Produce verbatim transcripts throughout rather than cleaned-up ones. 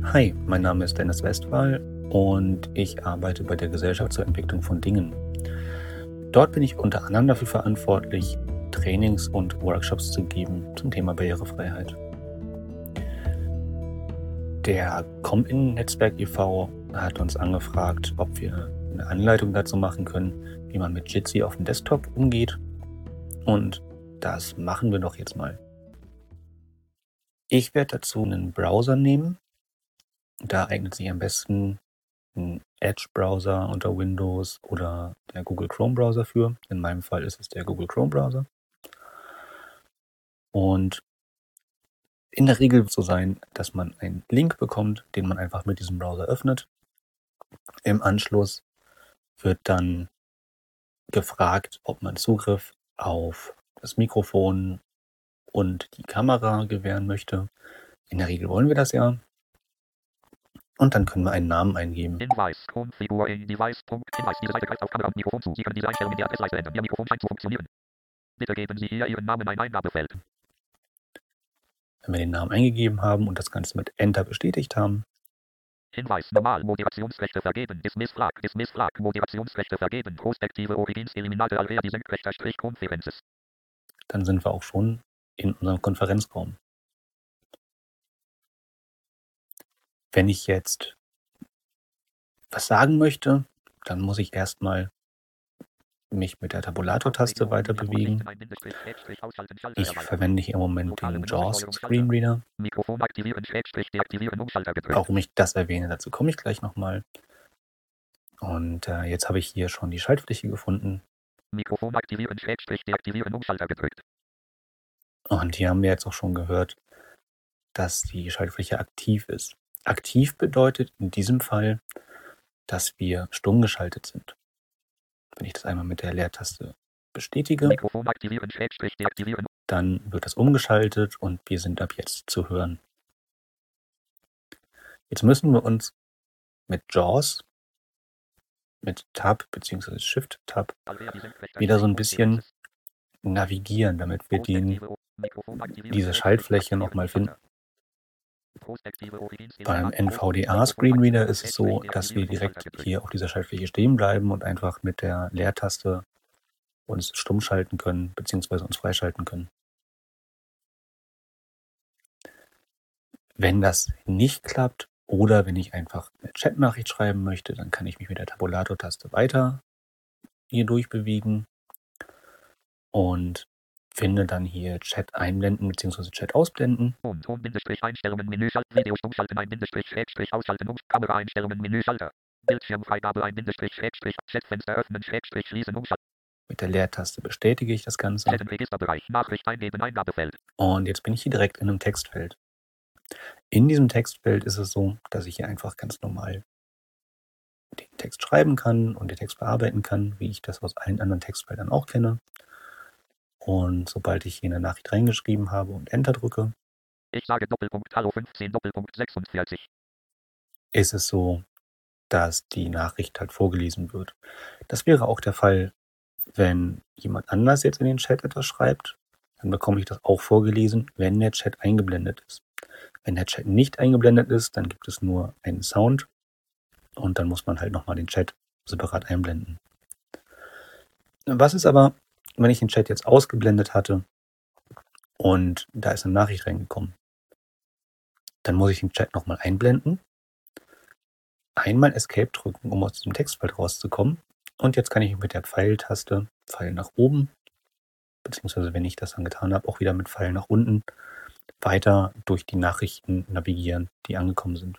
Hi, mein Name ist Dennis Westphal und ich arbeite bei der Gesellschaft zur Entwicklung von Dingen. Dort bin ich unter anderem dafür verantwortlich, Trainings und Workshops zu geben zum Thema Barrierefreiheit. Der Com-In-Netzwerk e V hat uns angefragt, ob wir eine Anleitung dazu machen können, wie man mit Jitsi auf dem Desktop umgeht. Und das machen wir doch jetzt mal. Ich werde dazu einen Browser nehmen. Da eignet sich am besten ein Edge-Browser unter Windows oder der Google Chrome-Browser für. In meinem Fall ist es der Google Chrome-Browser. Und in der Regel wird es so sein, dass man einen Link bekommt, den man einfach mit diesem Browser öffnet. Im Anschluss wird dann gefragt, ob man Zugriff auf das Mikrofon und die Kamera gewähren möchte. In der Regel wollen wir das ja. Und dann können wir einen Namen eingeben. Hinweis, Konfigur in Device. Hinweis, diese Seite greift auf Kamera und Mikrofon zu. Sie können diese Einstellung in der Adressleiste ändern. Ihr Mikrofon scheint zu funktionieren. Bitte geben Sie hier Ihren Namen ein Eingabefeld. Wenn wir den Namen eingegeben haben und das Ganze mit Enter bestätigt haben. Hinweis, normal, Moderationsrechte vergeben. Dismiss Flag, Dismiss Flag, Moderationsrechte vergeben. Prospektive Origins Eliminate Alrea die Senkrechter Strich Konferenzes. Dann sind wir auch schon in unserem Konferenzraum. Wenn ich jetzt was sagen möchte, dann muss ich erstmal mich mit der Tabulator-Taste weiter bewegen. Ich verwende hier im Moment den JAWS Screenreader. Mikrofon aktivieren, Schrägstrich deaktivieren, Umschalter gedrückt. Warum ich das erwähne, dazu komme ich gleich nochmal. Und äh, jetzt habe ich hier schon die Schaltfläche gefunden. Mikrofon aktivieren, Schrägstrich deaktivieren, Umschalter gedrückt. Und hier haben wir jetzt auch schon gehört, dass die Schaltfläche aktiv ist. Aktiv bedeutet in diesem Fall, dass wir stumm geschaltet sind. Wenn ich das einmal mit der Leertaste bestätige, Mikrofon aktivieren, Schrägstrich deaktivieren. Dann wird das umgeschaltet und wir sind ab jetzt zu hören. Jetzt müssen wir uns mit JAWS, mit Tab bzw. Shift-Tab wieder so ein bisschen navigieren, damit wir den, diese Schaltfläche nochmal finden. Beim N V D A-Screenreader ist es so, dass wir direkt hier auf dieser Schaltfläche stehen bleiben und einfach mit der Leertaste uns stumm schalten können, beziehungsweise uns freischalten können. Wenn das nicht klappt oder wenn ich einfach eine Chatnachricht schreiben möchte, dann kann ich mich mit der Tabulator-Taste weiter hier durchbewegen und finde dann hier Chat einblenden bzw. Chat ausblenden. Ton, Ton, Bindestrich, Einstellungen, Menü, Schalt, Video, Stummschalten, ein Bindestrich, Schrägstrich, Ausschalten, um, Kameraeinstellungen, Menü, Schalter, Bildschirmfreigabe, ein Bindestrich, Schrägstrich, Chatfenster öffnen, Schrägstrich, schließen, umschalten. Mit der Leertaste bestätige ich das Ganze. Chatten, Registerbereich, Nachricht eingeben, Eingabefeld. Und jetzt bin ich hier direkt in einem Textfeld. In diesem Textfeld ist es so, dass ich hier einfach ganz normal den Text schreiben kann und den Text bearbeiten kann, wie ich das aus allen anderen Textfeldern auch kenne. Und sobald ich hier eine Nachricht reingeschrieben habe und Enter drücke, Ich sage Doppelpunkt Hallo fünfzehn Doppelpunkt sechsundvierzig. ist es so, dass die Nachricht halt vorgelesen wird. Das wäre auch der Fall, wenn jemand anders jetzt in den Chat etwas schreibt, dann bekomme ich das auch vorgelesen, wenn der Chat eingeblendet ist. Wenn der Chat nicht eingeblendet ist, dann gibt es nur einen Sound und dann muss man halt nochmal den Chat separat einblenden. Was ist aber, wenn ich den Chat jetzt ausgeblendet hatte und da ist eine Nachricht reingekommen? Dann muss ich den Chat nochmal einblenden, einmal Escape drücken, um aus diesem Textfeld rauszukommen. Und jetzt kann ich mit der Pfeiltaste, Pfeil nach oben, beziehungsweise wenn ich das dann getan habe, auch wieder mit Pfeil nach unten, weiter durch die Nachrichten navigieren, die angekommen sind.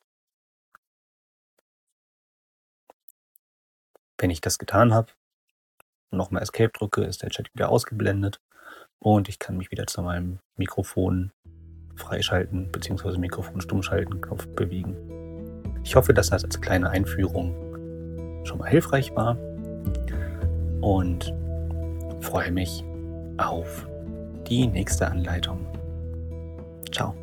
Wenn ich das getan habe, nochmal Escape drücke, ist der Chat wieder ausgeblendet und ich kann mich wieder zu meinem Mikrofon freischalten bzw. Mikrofon stummschalten Knopf bewegen. Ich hoffe, dass das als kleine Einführung schon mal hilfreich war und freue mich auf die nächste Anleitung. Ciao.